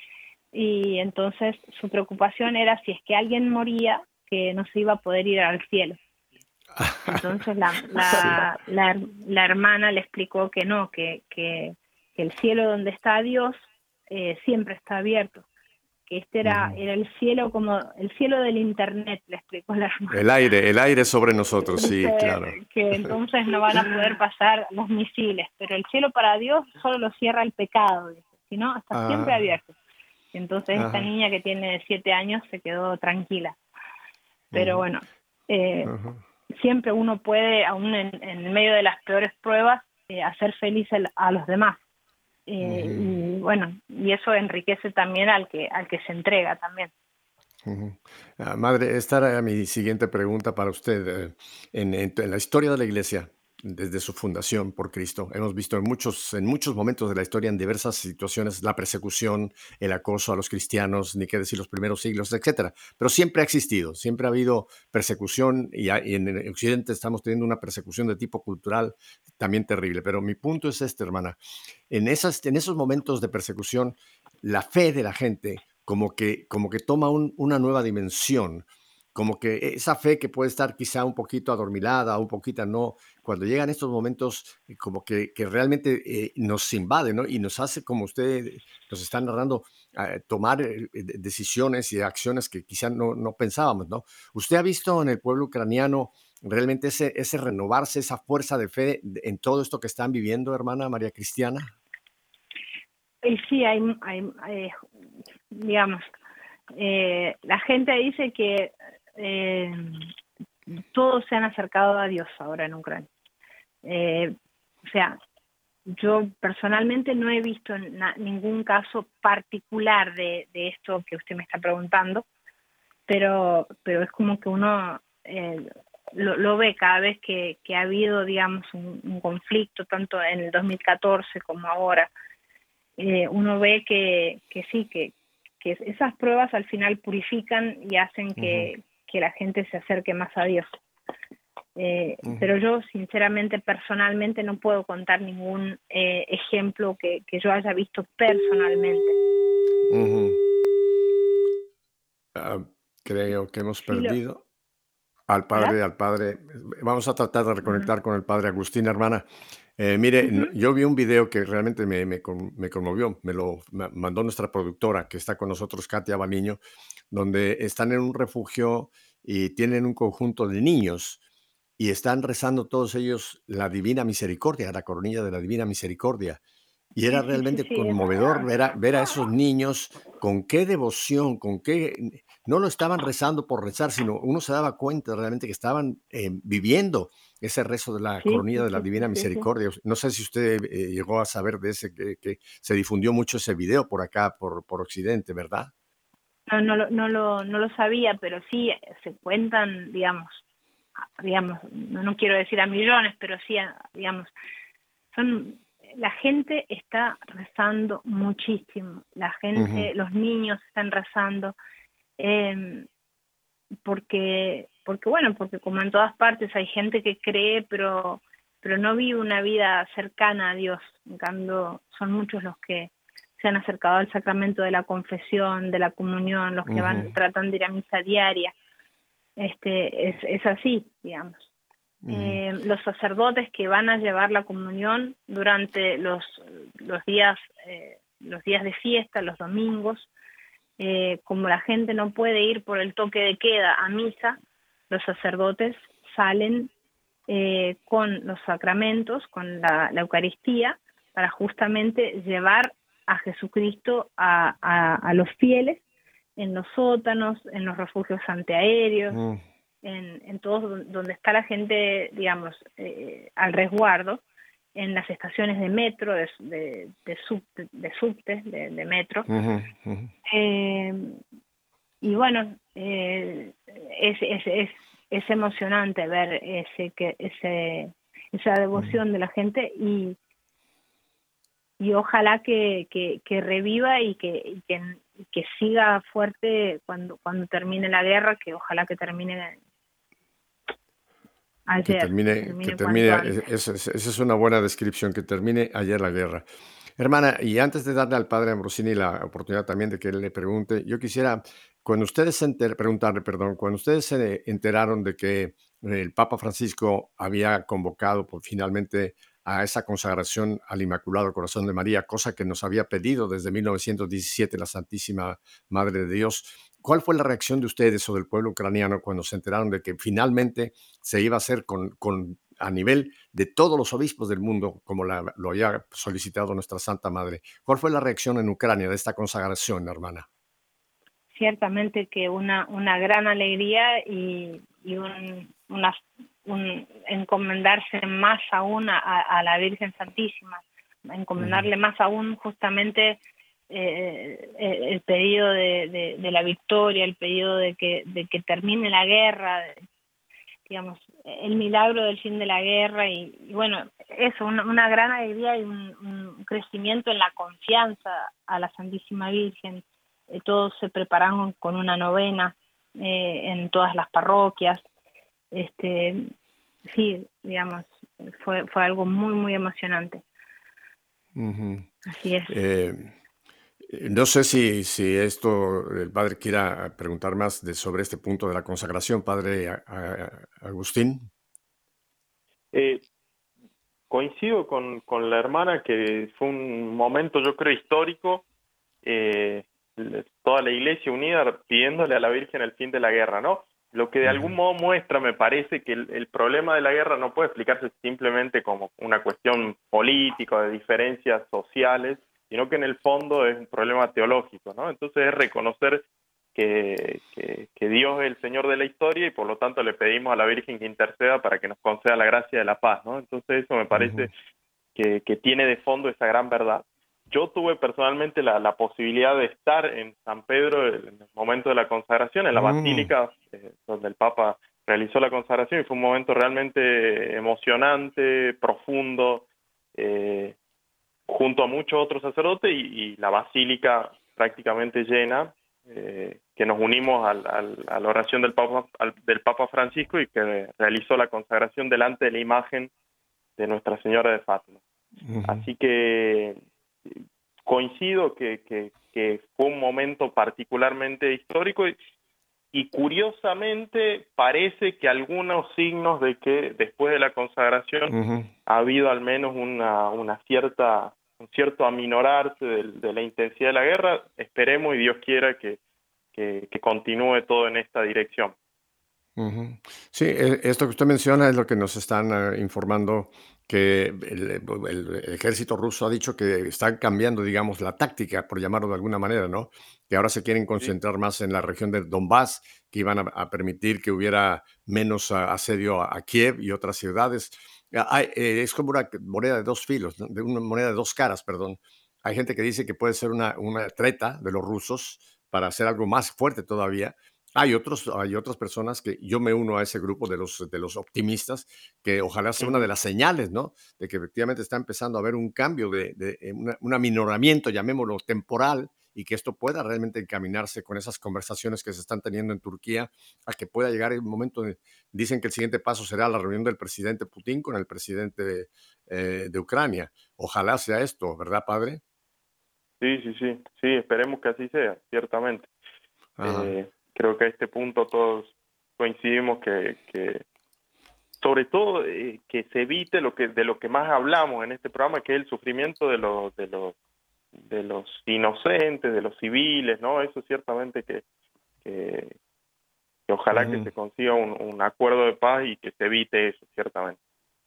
y entonces su preocupación era si es que alguien moría, que no se iba a poder ir al cielo. Entonces la, la, la, la hermana le explicó que no, que, que que el cielo donde está Dios eh, siempre está abierto, que este era, era el cielo como el cielo del internet, le explicó la hermana. El aire, el aire sobre nosotros, sí, Dice claro. que entonces no van a poder pasar los misiles, pero el cielo para Dios solo lo cierra el pecado, dice, si no, está Ah. siempre abierto. Entonces Ajá. esta niña que tiene siete años se quedó tranquila. Pero Ujú. bueno, eh, Ajá. siempre uno puede, aún en, en medio de las peores pruebas, eh, hacer feliz el- a los demás. Eh, Ujú. y bueno, y eso enriquece también al que al que se entrega también. Ujú. Ah, madre, esta era mi siguiente pregunta para usted. Eh, En, en- en la historia de la Iglesia, desde su fundación por Cristo, hemos visto en muchos, en muchos momentos de la historia, en diversas situaciones, la persecución, el acoso a los cristianos, ni qué decir los primeros siglos, etcétera. Pero siempre ha existido, siempre ha habido persecución, y, ha- y en el Occidente estamos teniendo una persecución de tipo cultural también terrible. Pero mi punto es este, hermana. En, esas, en esos momentos de persecución, la fe de la gente como que, como que toma un- una nueva dimensión, como que esa fe que puede estar quizá un poquito adormilada, un poquito no, cuando llegan estos momentos eh, como que, que realmente eh, nos invade, ¿no? Y nos hace, como usted nos está narrando, eh, tomar eh, de- decisiones y acciones que quizá no, no pensábamos, ¿no? ¿Usted ha visto en el pueblo ucraniano realmente ese, ese renovarse, esa fuerza de fe de- en todo esto que están viviendo, hermana María Cristiana? Y sí, hay, hay, hay, digamos, eh, la gente dice que eh, todos se han acercado a Dios ahora en Ucrania. Eh, o sea, yo personalmente no he visto na- ningún caso particular de, de esto que usted me está preguntando, pero, pero es como que uno eh, lo, lo ve cada vez que, que ha habido, digamos, un, un conflicto, tanto en el dos mil catorce como ahora. Eh, uno ve que, que sí, que, que esas pruebas al final purifican y hacen que, uh-huh. que la gente se acerque más a Dios. Eh, uh-huh. Pero yo, sinceramente, personalmente, no puedo contar ningún eh, ejemplo que, que yo haya visto personalmente. Uh-huh. Uh, creo que hemos sí, perdido lo... al padre, ¿verdad? al padre. Vamos a tratar de reconectar uh-huh. con el padre Agustín, hermana. Eh, mire, uh-huh. yo vi un video que realmente me, me, me conmovió, me lo me mandó nuestra productora que está con nosotros, Katia Baliño, donde están en un refugio y tienen un conjunto de niños y están rezando todos ellos la Divina Misericordia, la coronilla de la Divina Misericordia. Y era realmente sí, sí, sí, conmovedor ver a, ver a esos niños con qué devoción, con qué no lo estaban rezando por rezar, sino uno se daba cuenta realmente que estaban eh, viviendo ese rezo de la Sí, coronilla sí, de la sí, Divina sí, sí, sí. Misericordia. No sé si usted eh, llegó a saber de ese, que, que se difundió mucho ese video por acá, por, por Occidente, ¿verdad? No, no, lo- no, lo, no lo sabía, pero sí eh, se cuentan, digamos, digamos, no, no quiero decir a millones, pero sí, a- digamos, son, la gente está rezando muchísimo, la gente, Ujú. los niños están rezando, eh, porque, porque bueno, porque como en todas partes hay gente que cree, pero, pero no vive una vida cercana a Dios. En cambio, son muchos los que se han acercado al sacramento de la confesión, de la comunión, los que van Ujú. tratan de ir a misa diaria. Este, es, es así, digamos. Ujú. Eh, los sacerdotes que van a llevar la comunión durante los, los días, eh, los días de fiesta, los domingos, eh, como la gente no puede ir por el toque de queda a misa, los sacerdotes salen eh, con los sacramentos, con la, la Eucaristía, para justamente llevar a Jesucristo a, a, a los fieles en los sótanos, en los refugios antiaéreos, Mm. en, en todos don- donde está la gente, digamos, eh, al resguardo, en las estaciones de metro, de, de, de, subte, de subte, de, de metro. Ujú, ujú. Eh, y bueno, eh, es, es, es, es emocionante ver ese que ese esa devoción de la gente y y ojalá que, que, que reviva y que, y que y que siga fuerte cuando cuando termine la guerra, que ojalá que termine Que ayer, que termine, que termine termine, cuanto e- antes. esa es, esa es una buena descripción, que termine ayer la guerra. Hermana, y antes de darle al padre Ambrosini la oportunidad también de que él le pregunte, yo quisiera, cuando ustedes se enter- preguntarle, perdón, cuando ustedes se enteraron de que el Papa Francisco había convocado por finalmente a esa consagración al Inmaculado Corazón de María, cosa que nos había pedido desde mil novecientos diecisiete la Santísima Madre de Dios, ¿cuál fue la reacción de ustedes o del pueblo ucraniano cuando se enteraron de que finalmente se iba a hacer con, con a nivel de todos los obispos del mundo, como la- lo había solicitado nuestra Santa Madre? ¿Cuál fue la reacción en Ucrania de esta consagración, hermana? Ciertamente que una una gran alegría y, y un, una, un encomendarse más aún a, a la Virgen Santísima, encomendarle más aún justamente eh, eh, el pedido de, de, de la victoria, el pedido de que de que termine la guerra, digamos, el milagro del fin de la guerra y, y bueno, eso, una, una gran alegría y un, un crecimiento en la confianza a la Santísima Virgen. Eh, todos se prepararon con una novena eh, en todas las parroquias. Este, sí, digamos, fue fue algo muy, muy emocionante. Ujú. Así es. Eh, eh, no sé si, si esto el padre quiera preguntar más de, sobre este punto de la consagración, padre a- a- Agustín. Eh, coincido con, con la hermana que fue un momento, yo creo, histórico, eh, le- toda la iglesia unida pidiéndole a la Virgen el fin de la guerra, ¿no? Lo que de algún modo muestra, me parece, que el, el problema de la guerra no puede explicarse simplemente como una cuestión política, de diferencias sociales, sino que en el fondo es un problema teológico, ¿no? Entonces es reconocer que, que, que Dios es el Señor de la historia y por lo tanto le pedimos a la Virgen que interceda para que nos conceda la gracia de la paz, ¿no? Entonces eso me parece Ujú. que, que tiene de fondo esa gran verdad. Yo tuve personalmente la, la posibilidad de estar en San Pedro en el momento de la consagración, en la Mm. basílica eh, donde el Papa realizó la consagración, y fue un momento realmente emocionante, profundo, eh, junto a muchos otros sacerdotes y, y la basílica prácticamente llena, eh, que nos unimos al, al, a la oración del Papa, al, del Papa Francisco, y que realizó la consagración delante de la imagen de Nuestra Señora de Fátima. Ujú. Así que coincido que, que, que fue un momento particularmente histórico y, y curiosamente parece que algunos signos de que después de la consagración Ujú. ha habido al menos una, una cierta, un cierto aminorarse de, de la intensidad de la guerra. Esperemos y Dios quiera que, que, que continúe todo en esta dirección. Ujú. Sí, e- esto que usted menciona es lo que nos están eh, informando que el, el, el ejército ruso ha dicho que están cambiando, digamos, la táctica, por llamarlo de alguna manera, ¿no? Que ahora se quieren concentrar sí. más en la región de Donbass, que iban a, a permitir que hubiera menos uh, asedio a, a Kiev y otras ciudades. Hay, eh, es como una moneda de dos filos, ¿no? De una moneda de dos caras, perdón. Hay gente que dice que puede ser una, una treta de los rusos para hacer algo más fuerte todavía. Hay, otros, hay otras personas que yo me uno a ese grupo de los, de los optimistas, que ojalá sea una de las señales, ¿no? De que efectivamente está empezando a haber un cambio, de, de una, un aminoramiento, llamémoslo temporal, y que esto pueda realmente encaminarse con esas conversaciones que se están teniendo en Turquía, a que pueda llegar el momento, de, dicen que el siguiente paso será la reunión del presidente Putin con el presidente de, eh, de Ucrania. Ojalá sea esto, ¿verdad, padre? Sí, sí, sí, sí, esperemos que así sea, ciertamente. Eh, creo que a este punto todos coincidimos que, que sobre todo eh, que se evite lo que de lo que más hablamos en este programa, que es el sufrimiento de los de los de los inocentes, de los civiles, ¿no? Eso ciertamente que que, que ojalá uh-huh. que se consiga un, un acuerdo de paz y que se evite eso, ciertamente.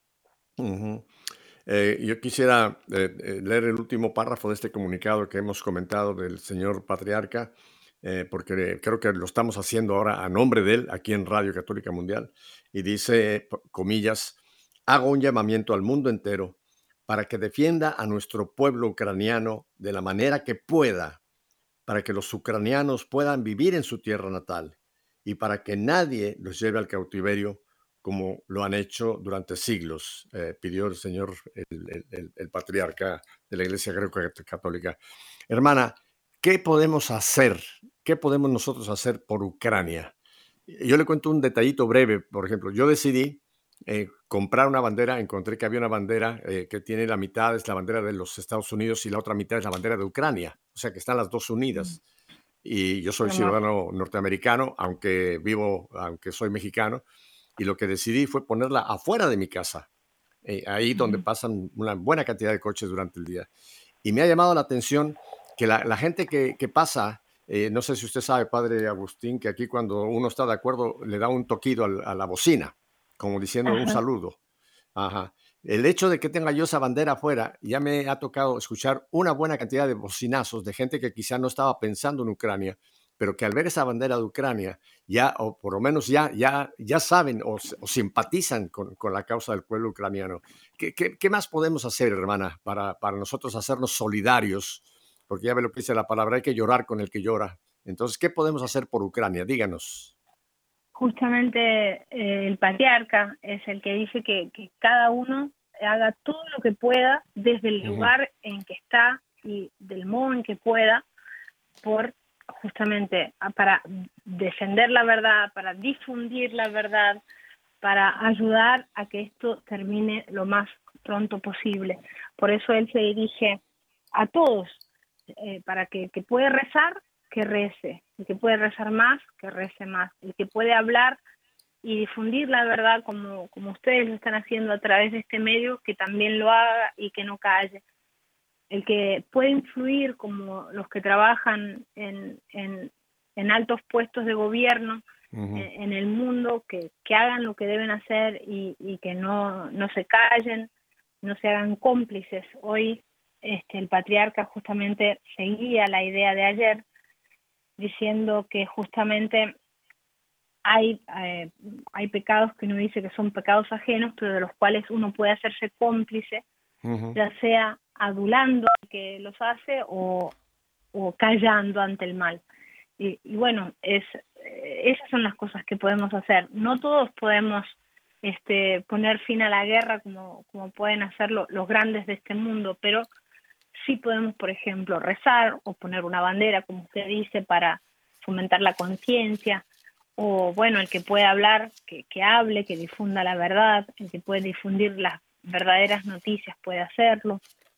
Uh-huh. Eh, yo quisiera eh, leer el último párrafo de este comunicado que hemos comentado del señor patriarca, eh, porque creo que lo estamos haciendo ahora a nombre de él aquí en Radio Católica Mundial, y dice, comillas, hago un llamamiento al mundo entero para que defienda a nuestro pueblo ucraniano de la manera que pueda, para que los ucranianos puedan vivir en su tierra natal y para que nadie los lleve al cautiverio como lo han hecho durante siglos, eh, pidió el señor, el, el, el patriarca de la Iglesia Greco-Católica. Hermana, ¿qué podemos hacer? ¿Qué podemos nosotros hacer por Ucrania? Yo le cuento un detallito breve. Por ejemplo, yo decidí eh, comprar una bandera. Encontré que había una bandera eh, que tiene la mitad es la bandera de los Estados Unidos y la otra mitad es la bandera de Ucrania. O sea que están las dos unidas. Y yo soy ciudadano norteamericano, aunque vivo, aunque soy mexicano. Y lo que decidí fue ponerla afuera de mi casa, eh, ahí donde pasan una buena cantidad de coches durante el día. Y me ha llamado la atención que la, la gente que, que pasa, eh, no sé si usted sabe, padre Agustín, que aquí cuando uno está de acuerdo le da un toquido al, a la bocina, como diciendo Ajá. un saludo. Ajá. El hecho de que tenga yo esa bandera afuera, ya me ha tocado escuchar una buena cantidad de bocinazos de gente que quizá no estaba pensando en Ucrania, pero que al ver esa bandera de Ucrania, ya, o por lo menos ya, ya, ya saben o, o simpatizan con, con la causa del pueblo ucraniano. ¿Qué, qué, qué más podemos hacer, hermana, para, para nosotros hacernos solidarios? Porque ya ve lo que dice la palabra, hay que llorar con el que llora. Entonces, ¿qué podemos hacer por Ucrania? Díganos. Justamente eh, el patriarca es el que dice que, que cada uno haga todo lo que pueda desde el lugar uh-huh. en que está y del modo en que pueda por justamente para defender la verdad, para difundir la verdad, para ayudar a que esto termine lo más pronto posible. Por eso él se dirige a todos, eh, para que el que puede rezar, que rece, el que puede rezar más, que rece más, el que puede hablar y difundir la verdad como, como ustedes lo están haciendo a través de este medio, que también lo haga y que no calle. El que puede influir, como los que trabajan en, en, en altos puestos de gobierno uh-huh. en, en el mundo, que, que hagan lo que deben hacer y, y que no, no se callen, no se hagan cómplices. Hoy este, el patriarca justamente seguía la idea de ayer, diciendo que justamente hay, eh, hay pecados que uno dice que son pecados ajenos, pero de los cuales uno puede hacerse cómplice, uh-huh. ya sea adulando al que los hace o, o callando ante el mal. Y, y bueno, es, eh, esas son las cosas que podemos hacer. No todos podemos este, poner fin a la guerra como, como pueden hacerlo los grandes de este mundo, pero sí podemos, por ejemplo, rezar o poner una bandera, como usted dice, para fomentar la conciencia, o bueno, el que puede hablar, que, que hable, que difunda la verdad, el que puede difundir las verdaderas noticias puede hacerlo.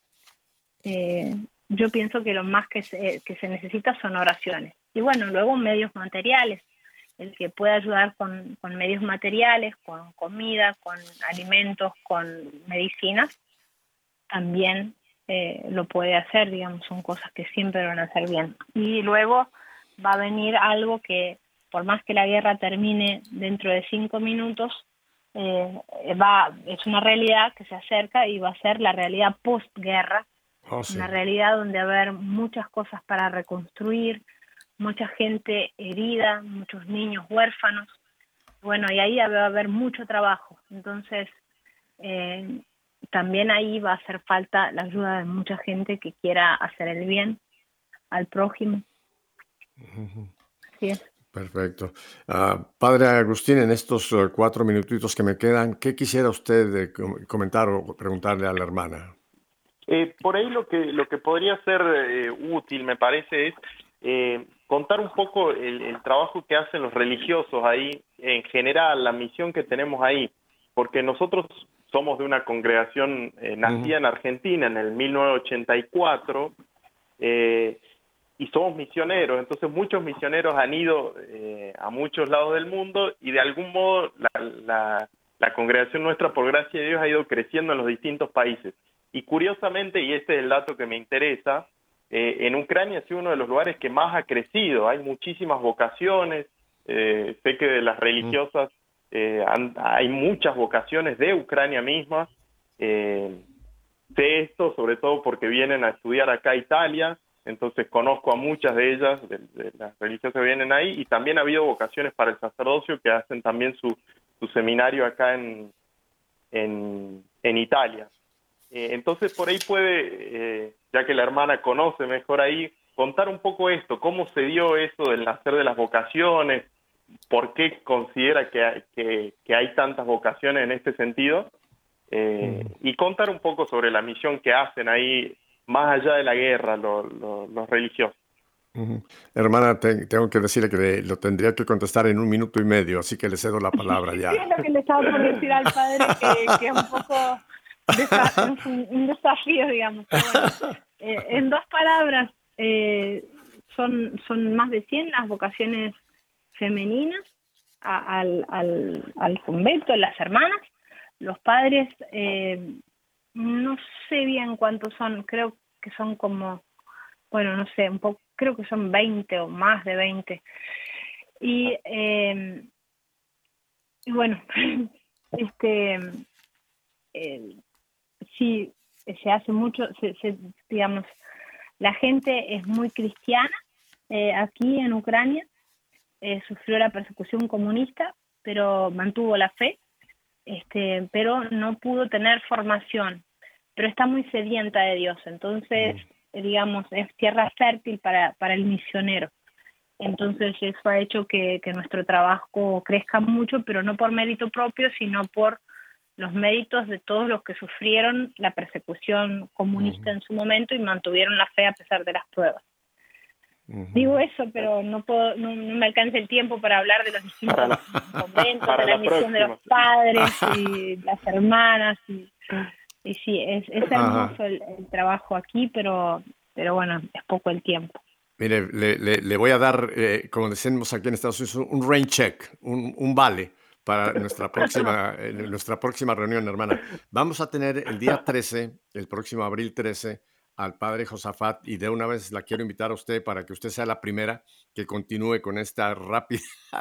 Eh, yo pienso que lo más que se, que se necesita son oraciones. Y bueno, luego medios materiales, el que puede ayudar con, con medios materiales, con comida, con alimentos, con medicinas, también eh, lo puede hacer, digamos, son cosas que siempre van a hacer bien. Y luego va a venir algo que, por más que la guerra termine dentro de cinco minutos, eh, va, es una realidad que se acerca y va a ser la realidad postguerra, Oh, sí. una realidad donde va a haber muchas cosas para reconstruir, mucha gente herida, muchos niños huérfanos. Bueno, y ahí va a haber mucho trabajo. Entonces, eh, también ahí va a hacer falta la ayuda de mucha gente que quiera hacer el bien al prójimo. Ujú. Así es. Perfecto. Uh, Padre Agustín, en estos uh, cuatro minutitos que me quedan, ¿qué quisiera usted eh, com- comentar o preguntarle a la hermana? Eh, por ahí lo que lo que podría ser eh, útil, me parece, es eh, contar un poco el, el trabajo que hacen los religiosos ahí, en general, la misión que tenemos ahí, porque nosotros somos de una congregación eh, nacida en Argentina en el mil novecientos ochenta y cuatro, eh, y somos misioneros, entonces muchos misioneros han ido eh, a muchos lados del mundo, y de algún modo la, la, la congregación nuestra, por gracia de Dios, ha ido creciendo en los distintos países. Y curiosamente, y este es el dato que me interesa, eh, en Ucrania ha sido uno de los lugares que más ha crecido. Hay muchísimas vocaciones, eh, sé que de las religiosas eh, han, hay muchas vocaciones de Ucrania misma. Eh, sé esto sobre todo porque vienen a estudiar acá a Italia, entonces conozco a muchas de ellas, de, de las religiosas que vienen ahí, y también ha habido vocaciones para el sacerdocio que hacen también su, su seminario acá en, en, en Italia. Entonces, por ahí puede, eh, ya que la hermana conoce mejor ahí, contar un poco esto, cómo se dio eso del nacer de las vocaciones, por qué considera que hay, que, que hay tantas vocaciones en este sentido, eh, mm. y contar un poco sobre la misión que hacen ahí, más allá de la guerra, lo, lo, los religiosos. Uh-huh. Hermana, te, tengo que decirle que le, lo tendría que contestar en un minuto y medio, así que le cedo la palabra ya. Sí, es lo que le estaba por decir al padre, que, que es un poco... Desa- un, un desafío, digamos. Pero bueno, eh, en dos palabras, eh, son, son más de cien las vocaciones femeninas a, al, al, al convento, las hermanas. Los padres, eh, no sé bien cuántos son, creo que son como, bueno, no sé, un poco, creo que son veinte o más de veinte. Y, eh, y bueno, este... Eh, sí, se hace mucho, se, se, digamos, la gente es muy cristiana eh, aquí en Ucrania, eh, sufrió la persecución comunista, pero mantuvo la fe, este, pero no pudo tener formación, pero está muy sedienta de Dios, entonces, mm. digamos, es tierra fértil para, para el misionero. Entonces eso ha hecho que, que nuestro trabajo crezca mucho, pero no por mérito propio, sino por los méritos de todos los que sufrieron la persecución comunista uh-huh. en su momento y mantuvieron la fe a pesar de las pruebas. Uh-huh. Digo eso, pero no puedo, no, no me alcanza el tiempo para hablar de los distintos la, conventos, de la, la misión próxima. De los padres y las hermanas. Y, y sí, es, es hermoso el, el trabajo aquí, pero, pero bueno, es poco el tiempo. Mire, le, le, le voy a dar, eh, como decimos aquí en Estados Unidos, un rain check, un, un vale. Para nuestra próxima, eh, nuestra próxima reunión, hermana. Vamos a tener el día trece, el próximo abril trece, al padre Josafat, y de una vez la quiero invitar a usted para que usted sea la primera que continúe con esta rápida,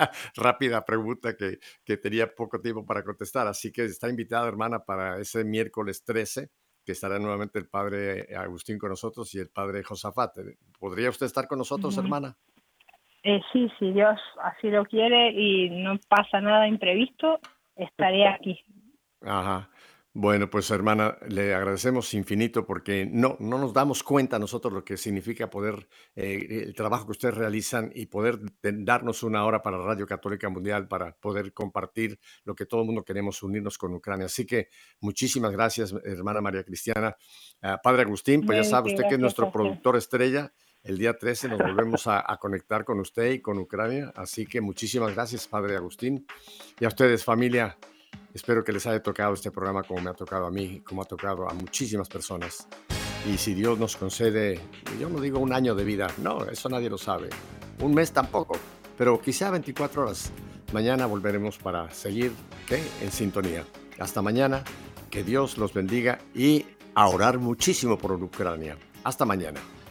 rápida pregunta que, que tenía poco tiempo para contestar. Así que está invitada, hermana, para ese miércoles trece, que estará nuevamente el padre Agustín con nosotros y el padre Josafat. ¿Podría usted estar con nosotros, uh-huh. hermana? Eh, sí, si Dios así lo quiere y no pasa nada imprevisto, estaré aquí. Ajá. Bueno, pues hermana, le agradecemos infinito porque no, no nos damos cuenta nosotros lo que significa poder, eh, el trabajo que ustedes realizan y poder darnos una hora para Radio Católica Mundial para poder compartir lo que todo el mundo queremos, unirnos con Ucrania. Así que muchísimas gracias, hermana María Cristiana. Uh, Padre Agustín, pues ya sabe usted que es nuestro productor estrella. El día trece nos volvemos a, a conectar con usted y con Ucrania. Así que muchísimas gracias, Padre Agustín. Y a ustedes, familia, espero que les haya tocado este programa como me ha tocado a mí, como ha tocado a muchísimas personas. Y si Dios nos concede, yo no digo un año de vida, no, eso nadie lo sabe. Un mes tampoco, pero quizá veinticuatro horas. Mañana volveremos para seguir, ¿qué? En sintonía. Hasta mañana, que Dios los bendiga y a orar muchísimo por Ucrania. Hasta mañana.